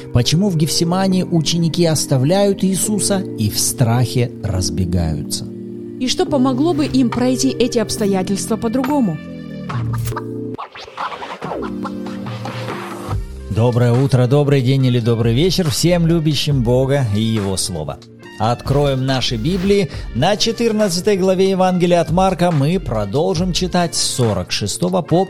Почему в Гефсимании ученики оставляют Иисуса и в страхе разбегаются? И что помогло бы им пройти эти обстоятельства по-другому? Доброе утро, добрый день или добрый вечер всем любящим Бога и Его Слово. Откроем наши Библии. На 14 главе Евангелия от Марка мы продолжим читать с 46 по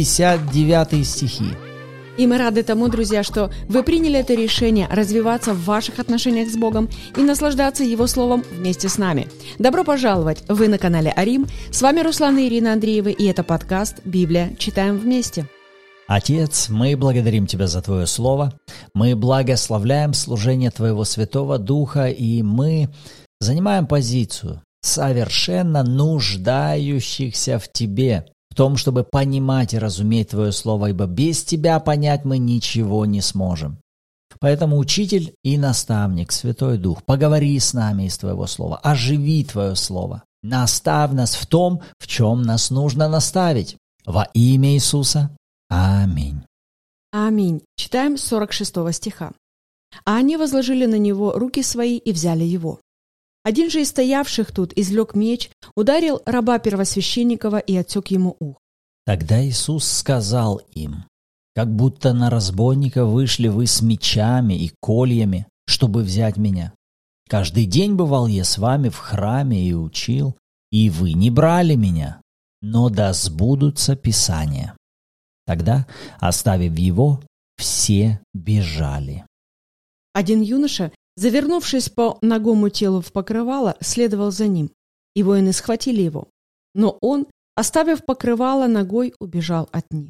59 стихи. И мы рады тому, друзья, что вы приняли это решение развиваться в ваших отношениях с Богом и наслаждаться Его Словом вместе с нами. Добро пожаловать! Вы на канале Арим. С вами Руслан и Ирина Андреевы, и это подкаст «Библия. Читаем вместе». Отец, мы благодарим Тебя за Твое Слово, мы благословляем служение Твоего Святого Духа, и мы занимаем позицию совершенно нуждающихся в Тебе, в том, чтобы понимать и разуметь Твое Слово, ибо без Тебя понять мы ничего не сможем. Поэтому, Учитель и Наставник, Святой Дух, поговори с нами из Твоего Слова, оживи Твое Слово, наставь нас в том, в чем нас нужно наставить. Во имя Иисуса. Аминь. Аминь. Читаем с 46 стиха. «А они возложили на него руки свои и взяли его. Один же из стоявших тут извлек меч, ударил раба первосвященникова и отсек ему ухо. Тогда Иисус сказал им: как будто на разбойника вышли вы с мечами и кольями, чтобы взять меня. Каждый день бывал я с вами в храме и учил, и вы не брали меня, но да сбудутся Писания. Тогда, оставив его, все бежали». Один юноша, завернувшись по нагому телу в покрывало, следовал за ним, и воины схватили его. Но он, оставив покрывало ногой, убежал от них.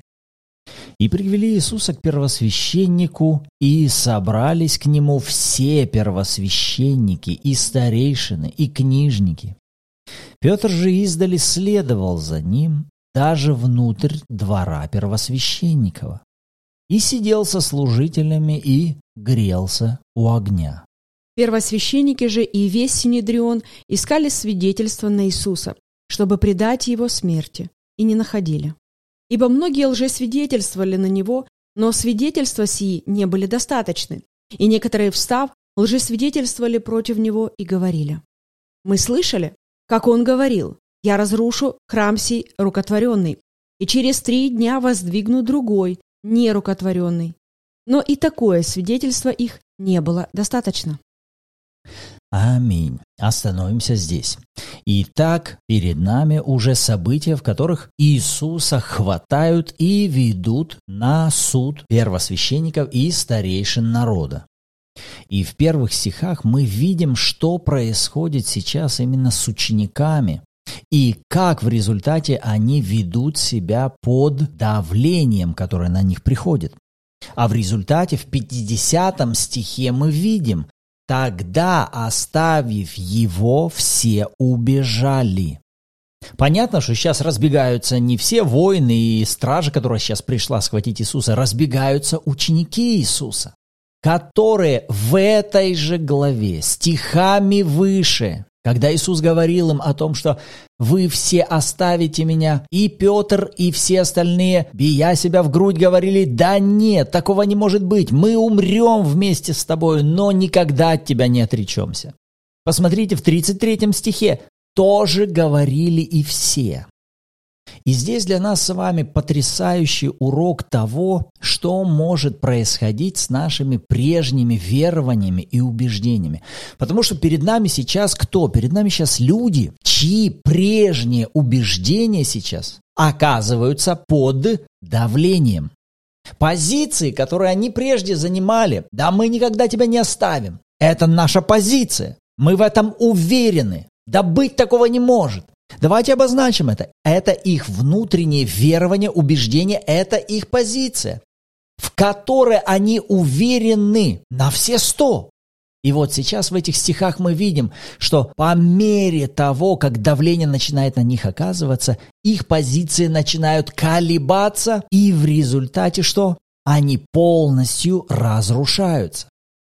И привели Иисуса к первосвященнику, и собрались к нему все первосвященники, и старейшины, и книжники. Петр же издали следовал за ним, даже внутрь двора первосвященникова, и сидел со служителями и грелся у огня. Первосвященники же и весь Синедрион искали свидетельства на Иисуса, чтобы предать его смерти, и не находили. Ибо многие лжесвидетельствовали на него, но свидетельства сии не были достаточны, и некоторые, встав, лжесвидетельствовали против него и говорили: «Мы слышали, как он говорил: я разрушу храм сей рукотворенный, и через 3 дня воздвигну другой, нерукотворенный». Но и такое свидетельство их не было достаточно. Аминь. Остановимся здесь. Итак, перед нами уже события, в которых Иисуса хватают и ведут на суд первосвященников и старейшин народа. И в первых стихах мы видим, что происходит сейчас именно с учениками, и как в результате они ведут себя под давлением, которое на них приходит. А в результате в 50 стихе мы видим: «Тогда, оставив его, все убежали». Понятно, что сейчас разбегаются не все воины и стражи, которая сейчас пришла схватить Иисуса, разбегаются ученики Иисуса, которые в этой же главе, стихами выше, когда Иисус говорил им о том, что «вы все оставите меня», и Петр, и все остальные, бия себя в грудь, говорили: «Да нет, такого не может быть, мы умрем вместе с тобой, но никогда от тебя не отречемся». Посмотрите, в 33 стихе тоже говорили и все. И здесь для нас с вами потрясающий урок того, что может происходить с нашими прежними верованиями и убеждениями. Потому что перед нами сейчас кто? Перед нами сейчас люди, чьи прежние убеждения сейчас оказываются под давлением. Позиции, которые они прежде занимали: «Да мы никогда тебя не оставим». Это наша позиция. Мы в этом уверены. Да быть такого не может. Давайте обозначим это. Это их внутреннее верование, убеждение, это их позиция, в которой они уверены на все 100. И вот сейчас в этих стихах мы видим, что по мере того, как давление начинает на них оказываться, их позиции начинают колебаться, и в результате что? Они полностью разрушаются.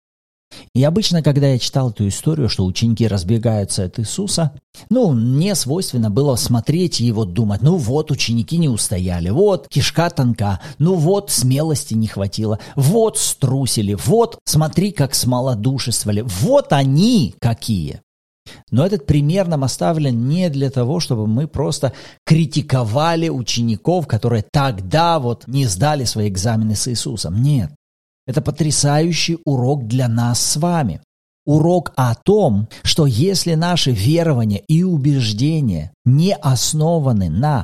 И обычно, когда я читал эту историю, что ученики разбегаются от Иисуса, мне свойственно было смотреть и вот думать, вот ученики не устояли, вот кишка тонка, вот смелости не хватило, вот струсили, вот смотри, как смолодушествовали, вот они какие. Но этот пример нам оставлен не для того, чтобы мы просто критиковали учеников, которые тогда не сдали свои экзамены с Иисусом. Нет. Это потрясающий урок для нас с вами. Урок о том, что если наши верования и убеждения не основаны на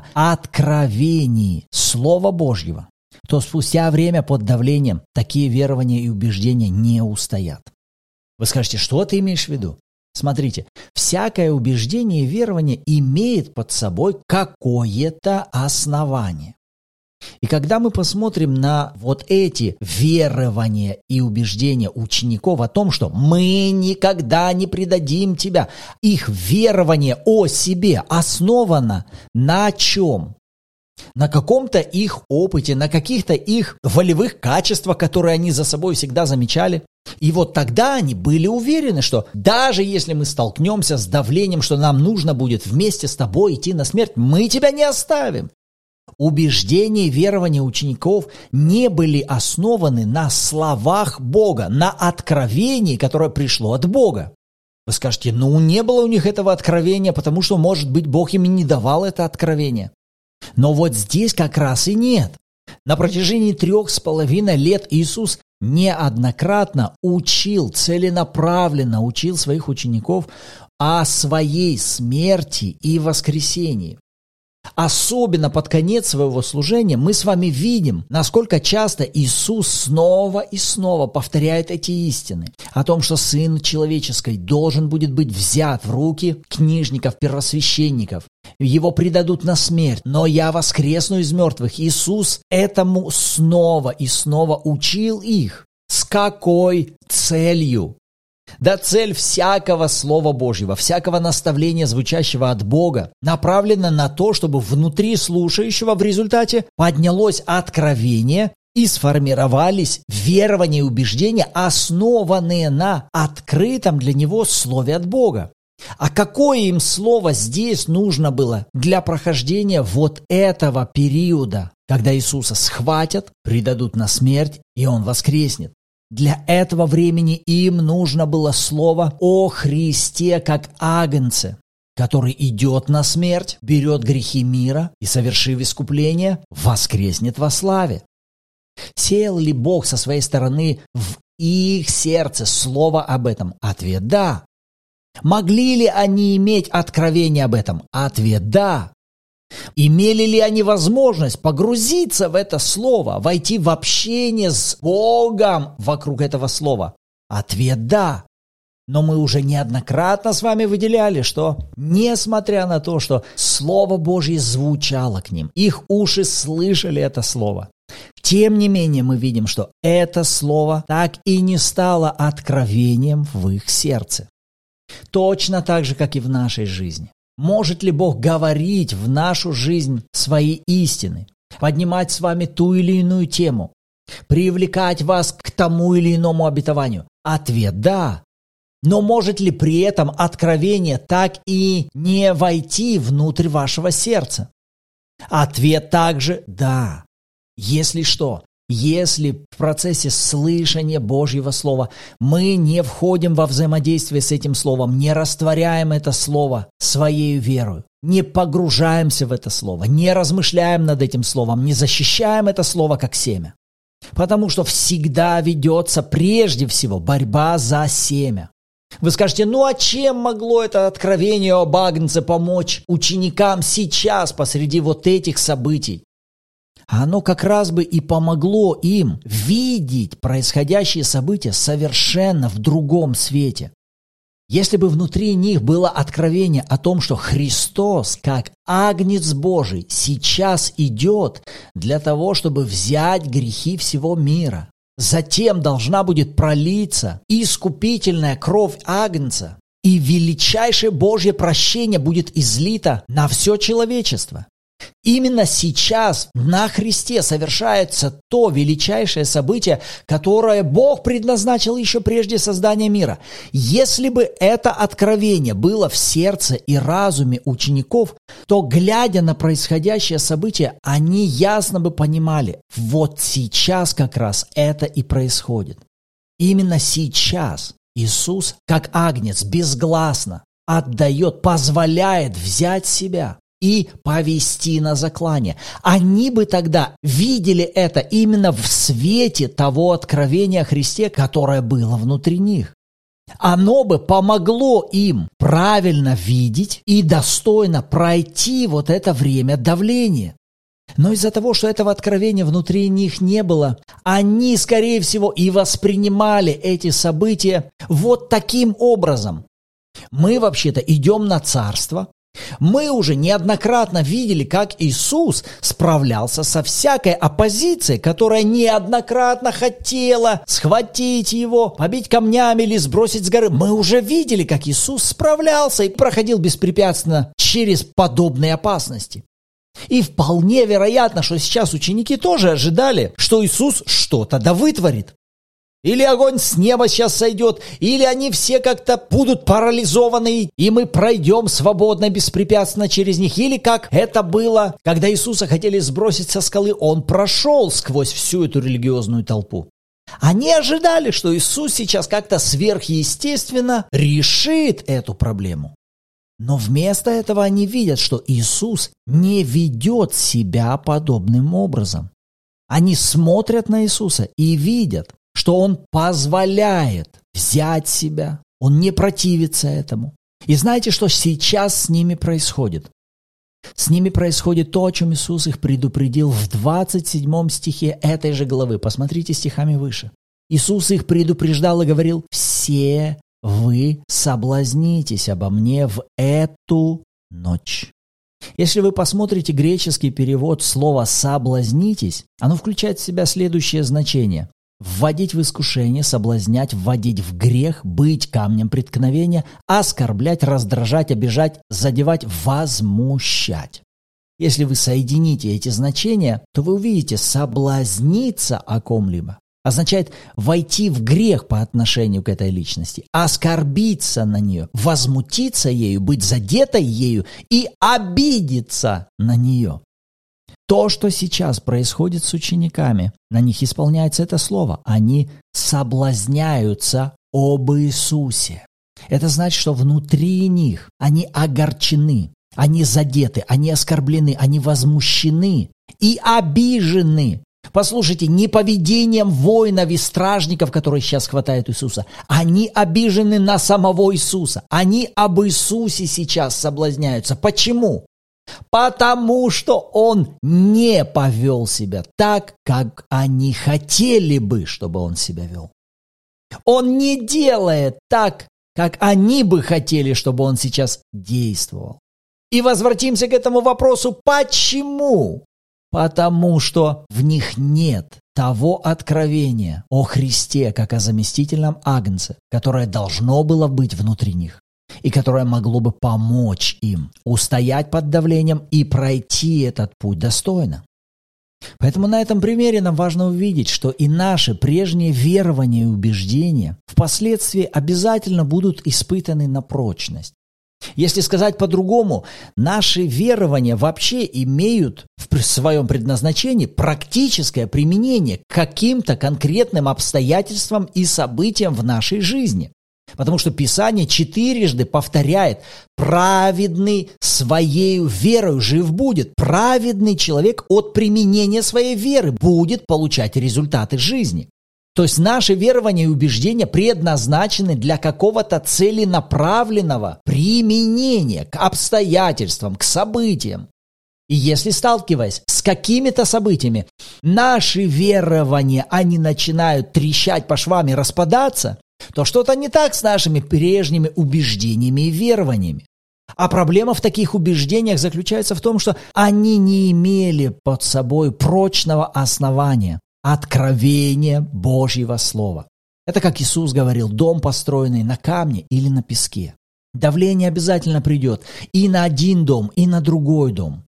откровении Слова Божьего, то спустя время под давлением такие верования и убеждения не устоят. Вы скажете, что ты имеешь в виду? Смотрите, всякое убеждение и верование имеет под собой какое-то основание. И когда мы посмотрим на эти верования и убеждения учеников о том, что мы никогда не предадим тебя, их верование о себе основано на чем? На каком-то их опыте, на каких-то их волевых качествах, которые они за собой всегда замечали. И тогда они были уверены, что даже если мы столкнемся с давлением, что нам нужно будет вместе с тобой идти на смерть, мы тебя не оставим. Убеждения и верования учеников не были основаны на словах Бога, на откровении, которое пришло от Бога. Вы скажете, не было у них этого откровения, потому что, может быть, Бог им не давал это откровение. Но здесь как раз и нет. На протяжении 3,5 лет Иисус неоднократно целенаправленно учил своих учеников о своей смерти и воскресении. Особенно под конец своего служения мы с вами видим, насколько часто Иисус снова и снова повторяет эти истины о том, что Сын Человеческий должен будет быть взят в руки книжников, первосвященников. Его предадут на смерть, но я воскресну из мертвых. Иисус этому снова и снова учил их. С какой целью? Да цель всякого Слова Божьего, всякого наставления, звучащего от Бога, направлена на то, чтобы внутри слушающего в результате поднялось откровение и сформировались верования и убеждения, основанные на открытом для него Слове от Бога. А какое им слово здесь нужно было для прохождения этого периода, когда Иисуса схватят, предадут на смерть, и Он воскреснет? Для этого времени им нужно было слово о Христе как агнце, который идет на смерть, берет грехи мира и, совершив искупление, воскреснет во славе. Сеял ли Бог со своей стороны в их сердце слово об этом? Ответ – да. Могли ли они иметь откровение об этом? Ответ – да. Имели ли они возможность погрузиться в это слово, войти в общение с Богом вокруг этого слова? Ответ – да. Но мы уже неоднократно с вами выделяли, что, несмотря на то, что Слово Божье звучало к ним, их уши слышали это слово, тем не менее мы видим, что это слово так и не стало откровением в их сердце. Точно так же, как и в нашей жизни. Может ли Бог говорить в нашу жизнь свои истины, поднимать с вами ту или иную тему, привлекать вас к тому или иному обетованию? Ответ – да. Но может ли при этом откровение так и не войти внутрь вашего сердца? Ответ также – да. Если что, если в процессе слышания Божьего Слова мы не входим во взаимодействие с этим Словом, не растворяем это Слово своей верою, не погружаемся в это Слово, не размышляем над этим Словом, не защищаем это Слово как семя. Потому что всегда ведется прежде всего борьба за семя. Вы скажете, а чем могло это откровение об агнце помочь ученикам сейчас посреди этих событий? Оно как раз бы и помогло им видеть происходящие события совершенно в другом свете. Если бы внутри них было откровение о том, что Христос, как Агнец Божий, сейчас идет для того, чтобы взять грехи всего мира, затем должна будет пролиться искупительная кровь Агнца, и величайшее Божье прощение будет излито на все человечество. Именно сейчас на Христе совершается то величайшее событие, которое Бог предназначил еще прежде создания мира. Если бы это откровение было в сердце и разуме учеников, то, глядя на происходящее событие, они ясно бы понимали, вот сейчас как раз это и происходит. Именно сейчас Иисус, как агнец, безгласно отдает, позволяет взять себя и повести на заклание. Они бы тогда видели это именно в свете того откровения о Христе, которое было внутри них. Оно бы помогло им правильно видеть и достойно пройти вот это время давления. Но из-за того, что этого откровения внутри них не было, они, скорее всего, и воспринимали эти события вот таким образом. Мы вообще-то идем на царство. Мы уже неоднократно видели, как Иисус справлялся со всякой оппозицией, которая неоднократно хотела схватить его, побить камнями или сбросить с горы. Мы уже видели, как Иисус справлялся и проходил беспрепятственно через подобные опасности. И вполне вероятно, что сейчас ученики тоже ожидали, что Иисус что-то да вытворит. Или огонь с неба сейчас сойдет, или они все как-то будут парализованы, и мы пройдем свободно, беспрепятственно через них. Или как это было, когда Иисуса хотели сбросить со скалы, Он прошел сквозь всю эту религиозную толпу. Они ожидали, что Иисус сейчас как-то сверхъестественно решит эту проблему. Но вместо этого они видят, что Иисус не ведет себя подобным образом. Они смотрят на Иисуса и видят, что Он позволяет взять себя, Он не противится этому. И знаете, что сейчас с ними происходит? С ними происходит то, о чем Иисус их предупредил в 27 стихе этой же главы. Посмотрите стихами выше. Иисус их предупреждал и говорил: «Все вы соблазнитесь обо мне в эту ночь». Если вы посмотрите греческий перевод слова «соблазнитесь», оно включает в себя следующее значение: вводить в искушение, соблазнять, вводить в грех, быть камнем преткновения, оскорблять, раздражать, обижать, задевать, возмущать. Если вы соедините эти значения, то вы увидите, соблазниться о ком-либо означает войти в грех по отношению к этой личности, оскорбиться на нее, возмутиться ею, быть задетой ею и обидеться на нее. То, что сейчас происходит с учениками, на них исполняется это слово. Они соблазняются об Иисусе. Это значит, что внутри них они огорчены, они задеты, они оскорблены, они возмущены и обижены. Послушайте, не поведением воинов и стражников, которые сейчас хватают Иисуса. Они обижены на самого Иисуса. Они об Иисусе сейчас соблазняются. Почему? Потому что Он не повел себя так, как они хотели бы, чтобы Он себя вел. Он не делает так, как они бы хотели, чтобы Он сейчас действовал. И возвратимся к этому вопросу: почему? Потому что в них нет того откровения о Христе, как о заместительном агнце, которое должно было быть внутри них, и которое могло бы помочь им устоять под давлением и пройти этот путь достойно. Поэтому на этом примере нам важно увидеть, что и наши прежние верования и убеждения впоследствии обязательно будут испытаны на прочность. Если сказать по-другому, наши верования вообще имеют в своем предназначении практическое применение к каким-то конкретным обстоятельствам и событиям в нашей жизни. Потому что Писание 4 повторяет: праведный своею верою жив будет. Праведный человек от применения своей веры будет получать результаты жизни. То есть наши верования и убеждения предназначены для какого-то целенаправленного применения к обстоятельствам, к событиям. И если, сталкиваясь с какими-то событиями, наши верования, они начинают трещать по швам и распадаться, то что-то не так с нашими прежними убеждениями и верованиями. А проблема в таких убеждениях заключается в том, что они не имели под собой прочного основания, откровения Божьего Слова. Это, как Иисус говорил, дом, построенный на камне или на песке. Давление обязательно придет и на один дом, и на другой дом.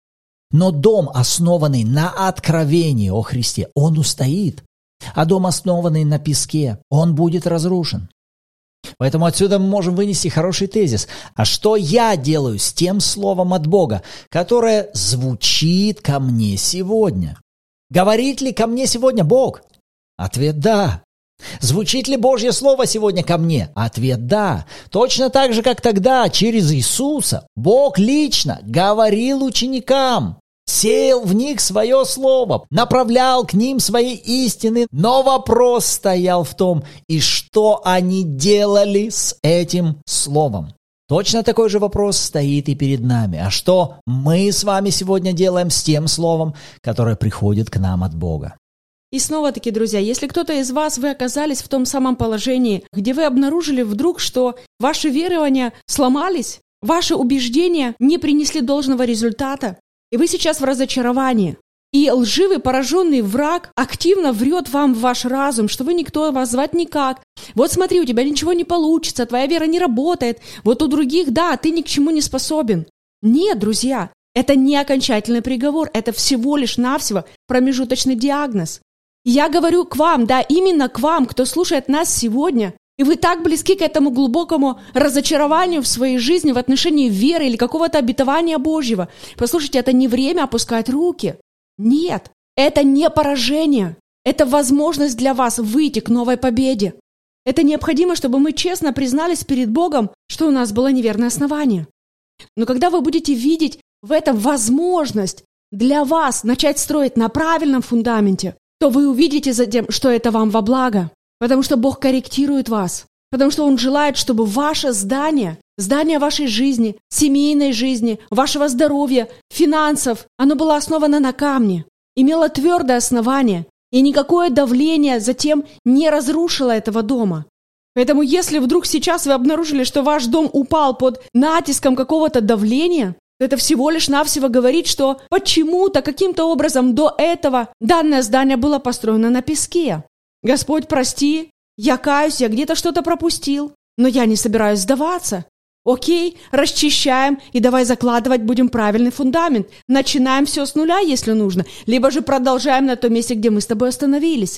Но дом, основанный на откровении о Христе, он устоит. А дом, основанный на песке, он будет разрушен. Поэтому отсюда мы можем вынести хороший тезис. А что я делаю с тем словом от Бога, которое звучит ко мне сегодня? Говорит ли ко мне сегодня Бог? Ответ – да. Звучит ли Божье Слово сегодня ко мне? Ответ – да. Точно так же, как тогда, через Иисуса, Бог лично говорил ученикам, сеял в них свое Слово, направлял к ним свои истины, но вопрос стоял в том, и что они делали с этим Словом. Точно такой же вопрос стоит и перед нами. А что мы с вами сегодня делаем с тем Словом, которое приходит к нам от Бога? И снова-таки, друзья, если кто-то из вас, вы оказались в том самом положении, где вы обнаружили вдруг, что ваши верования сломались, ваши убеждения не принесли должного результата, и вы сейчас в разочаровании, и лживый, пораженный враг активно врет вам в ваш разум, что вы никто, вас звать никак. Вот смотри, у тебя ничего не получится, твоя вера не работает, вот у других, да, ты ни к чему не способен. Нет, друзья, это не окончательный приговор, это всего лишь навсего промежуточный диагноз. Я говорю к вам, да, именно к вам, кто слушает нас сегодня, и вы так близки к этому глубокому разочарованию в своей жизни в отношении веры или какого-то обетования Божьего. Послушайте, это не время опускать руки. Нет, это не поражение. Это возможность для вас выйти к новой победе. Это необходимо, чтобы мы честно признались перед Богом, что у нас было неверное основание. Но когда вы будете видеть в этом возможность для вас начать строить на правильном фундаменте, то вы увидите затем, что это вам во благо. Потому что Бог корректирует вас. Потому что Он желает, чтобы ваше здание вашей жизни, семейной жизни, вашего здоровья, финансов, оно было основано на камне, имело твердое основание, и никакое давление затем не разрушило этого дома. Поэтому если вдруг сейчас вы обнаружили, что ваш дом упал под натиском какого-то давления, это всего лишь навсего говорит, что почему-то, каким-то образом до этого данное здание было построено на песке. Господь, прости, я каюсь, я где-то что-то пропустил, но я не собираюсь сдаваться. Окей, расчищаем и давай закладывать будем правильный фундамент. Начинаем все с нуля, если нужно, либо же продолжаем на том месте, где мы с тобой остановились.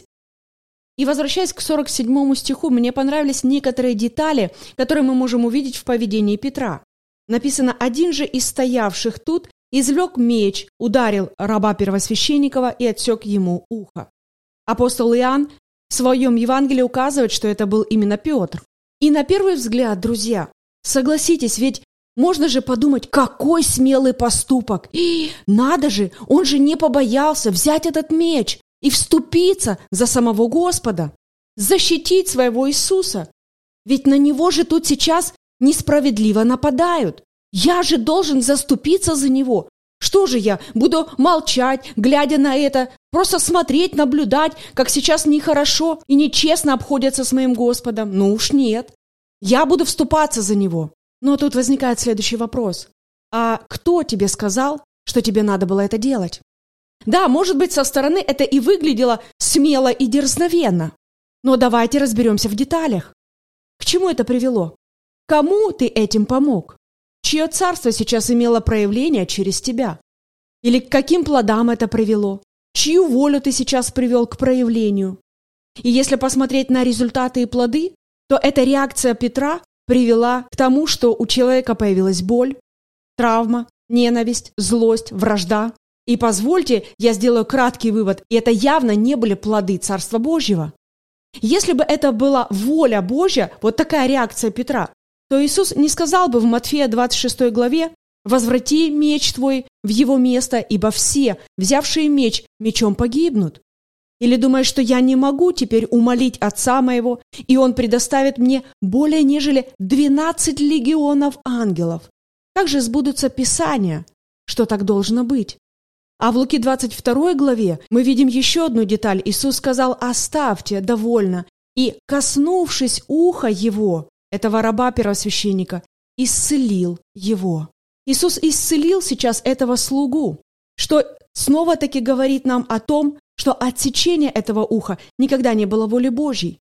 И возвращаясь к 47 стиху, мне понравились некоторые детали, которые мы можем увидеть в поведении Петра. Написано: «Один же из стоявших тут извлек меч, ударил раба первосвященникова и отсек ему ухо». Апостол Иоанн в своем Евангелии указывает, что это был именно Петр. И на первый взгляд, друзья, согласитесь, ведь можно же подумать, какой смелый поступок. И надо же, он же не побоялся взять этот меч и вступиться за самого Господа, защитить своего Иисуса. Ведь на него же тут сейчас несправедливо нападают. Я же должен заступиться за него. Что же я, буду молчать, глядя на это, просто смотреть, наблюдать, как сейчас нехорошо и нечестно обходятся с моим Господом? Ну уж нет. Я буду вступаться за него. Но тут возникает следующий вопрос. А кто тебе сказал, что тебе надо было это делать? Да, может быть, со стороны это и выглядело смело и дерзновенно. Но давайте разберемся в деталях. К чему это привело? Кому ты этим помог? Чье царство сейчас имело проявление через тебя? Или к каким плодам это привело? Чью волю ты сейчас привел к проявлению? И если посмотреть на результаты и плоды, то эта реакция Петра привела к тому, что у человека появилась боль, травма, ненависть, злость, вражда. И позвольте, я сделаю краткий вывод, и это явно не были плоды Царства Божьего. Если бы это была воля Божья, вот такая реакция Петра, то Иисус не сказал бы в Матфея 26 главе: «Возврати меч твой в его место, ибо все, взявшие меч, мечом погибнут». Или думаешь, что я не могу теперь умолить Отца моего, и Он предоставит мне более нежели 12 легионов ангелов? Как же сбудутся Писания, что так должно быть? А в Луки 22 главе мы видим еще одну деталь. Иисус сказал: «Оставьте, довольно». И, коснувшись уха его, этого раба первосвященника, исцелил его. Иисус исцелил сейчас этого слугу, что снова-таки говорит нам о том, что отсечение этого уха никогда не было волей Божьей.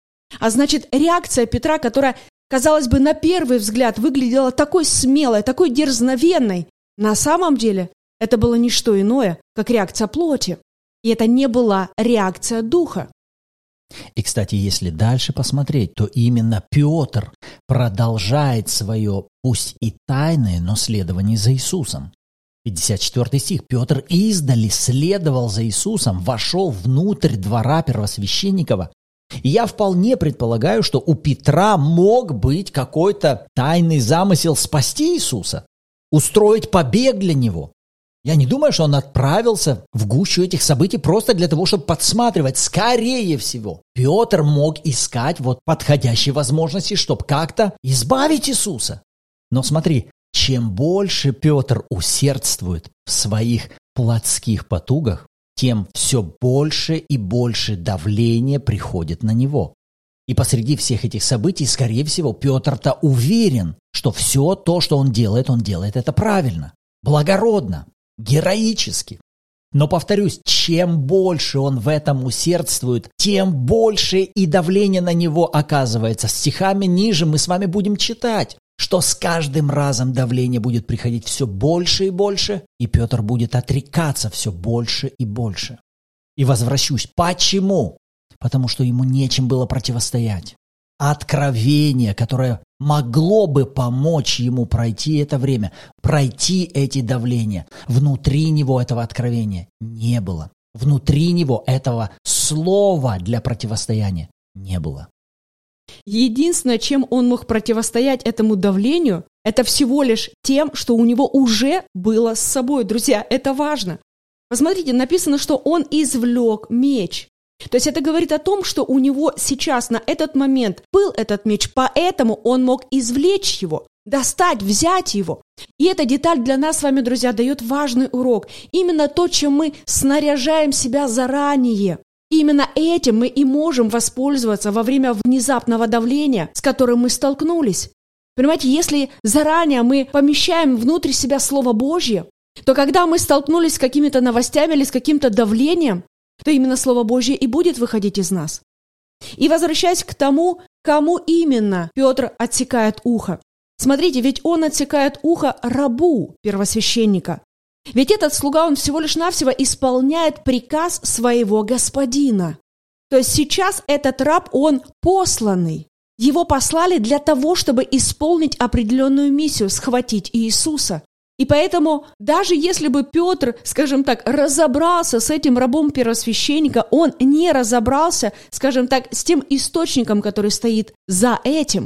А значит, реакция Петра, которая, казалось бы, на первый взгляд выглядела такой смелой, такой дерзновенной, на самом деле это было не что иное, как реакция плоти. И это не была реакция духа. И, кстати, если дальше посмотреть, то именно Петр продолжает свое, пусть и тайное, но следование за Иисусом. 54 стих. Петр издали следовал за Иисусом, вошел внутрь двора первосвященникова. И я вполне предполагаю, что у Петра мог быть какой-то тайный замысел спасти Иисуса, устроить побег для него. Я не думаю, что он отправился в гущу этих событий просто для того, чтобы подсматривать. Скорее всего, Петр мог искать подходящие возможности, чтобы как-то избавить Иисуса. Но смотри, чем больше Петр усердствует в своих плотских потугах, тем все больше и больше давления приходит на него. И посреди всех этих событий, скорее всего, Петр-то уверен, что все то, что он делает это правильно, благородно, героически. Но, повторюсь, чем больше он в этом усердствует, тем больше и давление на него оказывается. Стихами ниже мы с вами будем читать, что с каждым разом давление будет приходить все больше и больше, и Петр будет отрекаться все больше и больше. И возвращусь. Почему? Потому что ему нечем было противостоять. Откровение, которое могло бы помочь ему пройти это время, пройти эти давления. Внутри него этого откровения не было. Внутри него этого слова для противостояния не было. Единственное, чем он мог противостоять этому давлению, это всего лишь тем, что у него уже было с собой. Друзья, это важно. Посмотрите, написано, что он извлек меч. То есть это говорит о том, что у него сейчас на этот момент был этот меч, поэтому он мог извлечь его, достать, взять его. И эта деталь для нас с вами, друзья, дает важный урок. Именно то, чем мы снаряжаем себя заранее. Именно этим мы и можем воспользоваться во время внезапного давления, с которым мы столкнулись. Понимаете, если заранее мы помещаем внутрь себя Слово Божье, то когда мы столкнулись с какими-то новостями или с каким-то давлением, то именно Слово Божье и будет выходить из нас. И возвращаясь к тому, кому именно Петр отсекает ухо. Смотрите, ведь он отсекает ухо рабу первосвященника. Ведь этот слуга, он всего лишь навсего исполняет приказ своего господина. То есть сейчас этот раб, он посланный. Его послали для того, чтобы исполнить определенную миссию, схватить Иисуса. И поэтому, даже если бы Петр, скажем так, разобрался с этим рабом первосвященника, он не разобрался, скажем так, с тем источником, который стоит за этим.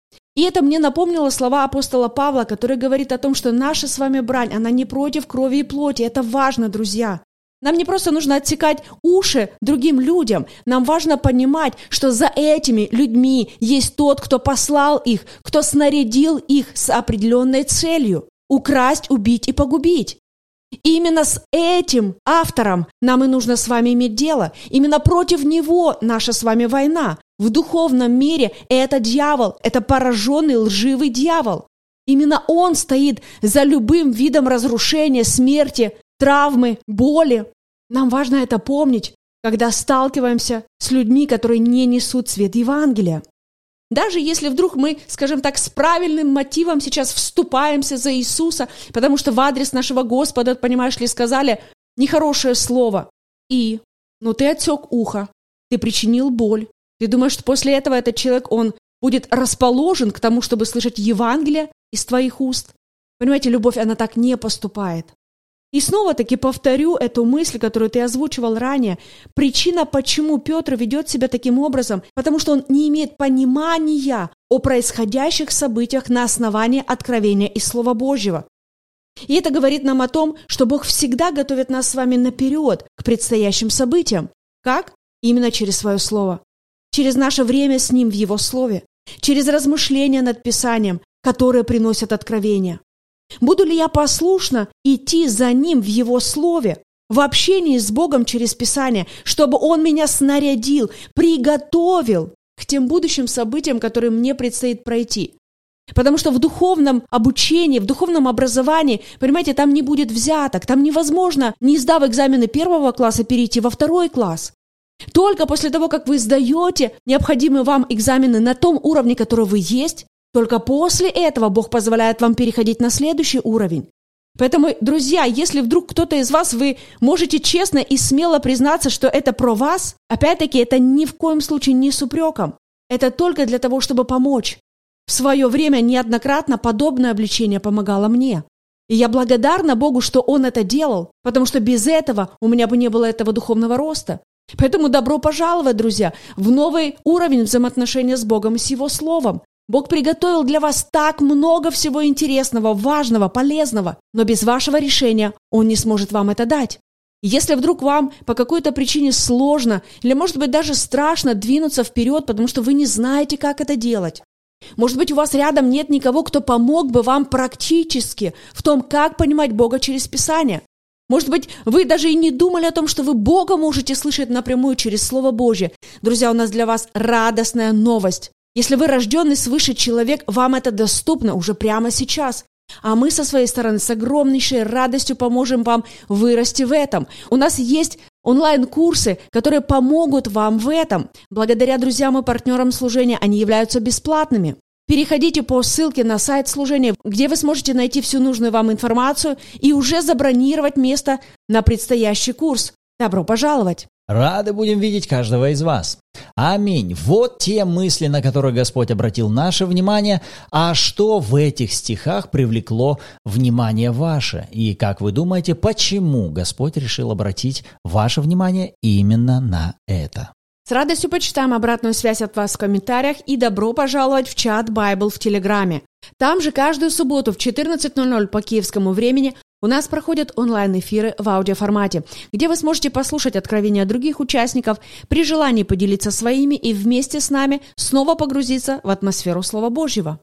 И это мне напомнило слова апостола Павла, который говорит о том, что наша с вами брань, она не против крови и плоти. Это важно, друзья. Нам не просто нужно отсекать уши другим людям. Нам важно понимать, что за этими людьми есть тот, кто послал их, кто снарядил их с определенной целью. Украсть, убить и погубить. И именно с этим автором нам и нужно с вами иметь дело. Именно против него наша с вами война. В духовном мире это дьявол, это пораженный лживый дьявол. Именно он стоит за любым видом разрушения, смерти, травмы, боли. Нам важно это помнить, когда сталкиваемся с людьми, которые не несут свет Евангелия. Даже если вдруг мы, скажем так, с правильным мотивом сейчас вступаемся за Иисуса, потому что в адрес нашего Господа, понимаешь ли, сказали нехорошее слово. Но ты отсек ухо, ты причинил боль. Ты думаешь, что после этого этот человек, он будет расположен к тому, чтобы слышать Евангелие из твоих уст? Понимаете, любовь, она так не поступает. И снова-таки повторю эту мысль, которую ты озвучивал ранее. Причина, почему Петр ведет себя таким образом, потому что он не имеет понимания о происходящих событиях на основании откровения из Слова Божьего. И это говорит нам о том, что Бог всегда готовит нас с вами наперед к предстоящим событиям. Как? Именно через Свое Слово. Через наше время с Ним в Его Слове. Через размышления над Писанием, которые приносят откровение. Буду ли я послушно идти за Ним в Его Слове, в общении с Богом через Писание, чтобы Он меня снарядил, приготовил к тем будущим событиям, которые мне предстоит пройти? Потому что в духовном обучении, в духовном образовании, понимаете, там не будет взяток, там невозможно, не сдав экзамены 1 класса, перейти во 2 класс. Только после того, как вы сдаете необходимые вам экзамены на том уровне, который вы есть, только после этого Бог позволяет вам переходить на следующий уровень. Поэтому, друзья, если вдруг кто-то из вас, вы можете честно и смело признаться, что это про вас, опять-таки, это ни в коем случае не с упреком. Это только для того, чтобы помочь. В свое время неоднократно подобное обличение помогало мне. И я благодарна Богу, что Он это делал, потому что без этого у меня бы не было этого духовного роста. Поэтому добро пожаловать, друзья, в новый уровень взаимоотношения с Богом и с Его Словом. Бог приготовил для вас так много всего интересного, важного, полезного, но без вашего решения Он не сможет вам это дать. Если вдруг вам по какой-то причине сложно или, может быть, даже страшно двинуться вперед, потому что вы не знаете, как это делать, может быть, у вас рядом нет никого, кто помог бы вам практически в том, как понимать Бога через Писание. Может быть, вы даже и не думали о том, что вы Бога можете слышать напрямую через Слово Божье. Друзья, у нас для вас радостная новость. Если вы рожденный свыше человек, вам это доступно уже прямо сейчас. А мы со своей стороны с огромнейшей радостью поможем вам вырасти в этом. У нас есть онлайн-курсы, которые помогут вам в этом. Благодаря друзьям и партнерам служения они являются бесплатными. Переходите по ссылке на сайт служения, где вы сможете найти всю нужную вам информацию и уже забронировать место на предстоящий курс. Добро пожаловать! Рады будем видеть каждого из вас. Аминь. Вот те мысли, на которые Господь обратил наше внимание. А что в этих стихах привлекло внимание ваше? И как вы думаете, почему Господь решил обратить ваше внимание именно на это? С радостью почитаем обратную связь от вас в комментариях и добро пожаловать в чат Bible в Телеграме. Там же каждую субботу в 14:00 по киевскому времени у нас проходят онлайн-эфиры в аудиоформате, где вы сможете послушать откровения других участников, при желании поделиться своими и вместе с нами снова погрузиться в атмосферу Слова Божьего.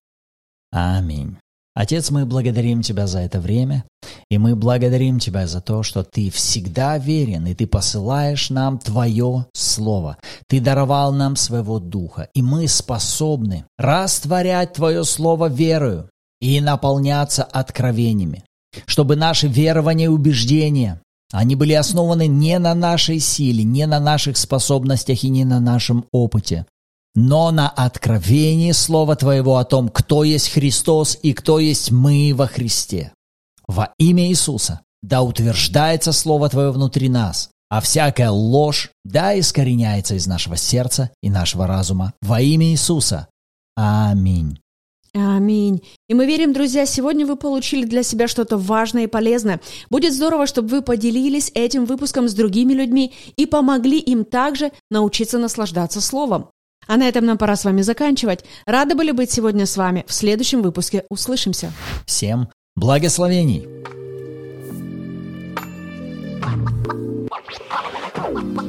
Аминь. Отец, мы благодарим Тебя за это время, и мы благодарим Тебя за то, что Ты всегда верен, и Ты посылаешь нам Твое Слово. Ты даровал нам своего Духа, и мы способны растворять Твое Слово верою и наполняться откровениями, чтобы наши верования и убеждения, они были основаны не на нашей силе, не на наших способностях и не на нашем опыте, но на откровении Слова Твоего о том, кто есть Христос и кто есть мы во Христе. Во имя Иисуса да утверждается Слово Твое внутри нас, а всякая ложь да искореняется из нашего сердца и нашего разума. Во имя Иисуса. Аминь. Аминь. И мы верим, друзья, сегодня вы получили для себя что-то важное и полезное. Будет здорово, чтобы вы поделились этим выпуском с другими людьми и помогли им также научиться наслаждаться Словом. А на этом нам пора с вами заканчивать. Рады были быть сегодня с вами. В следующем выпуске услышимся. Всем благословений!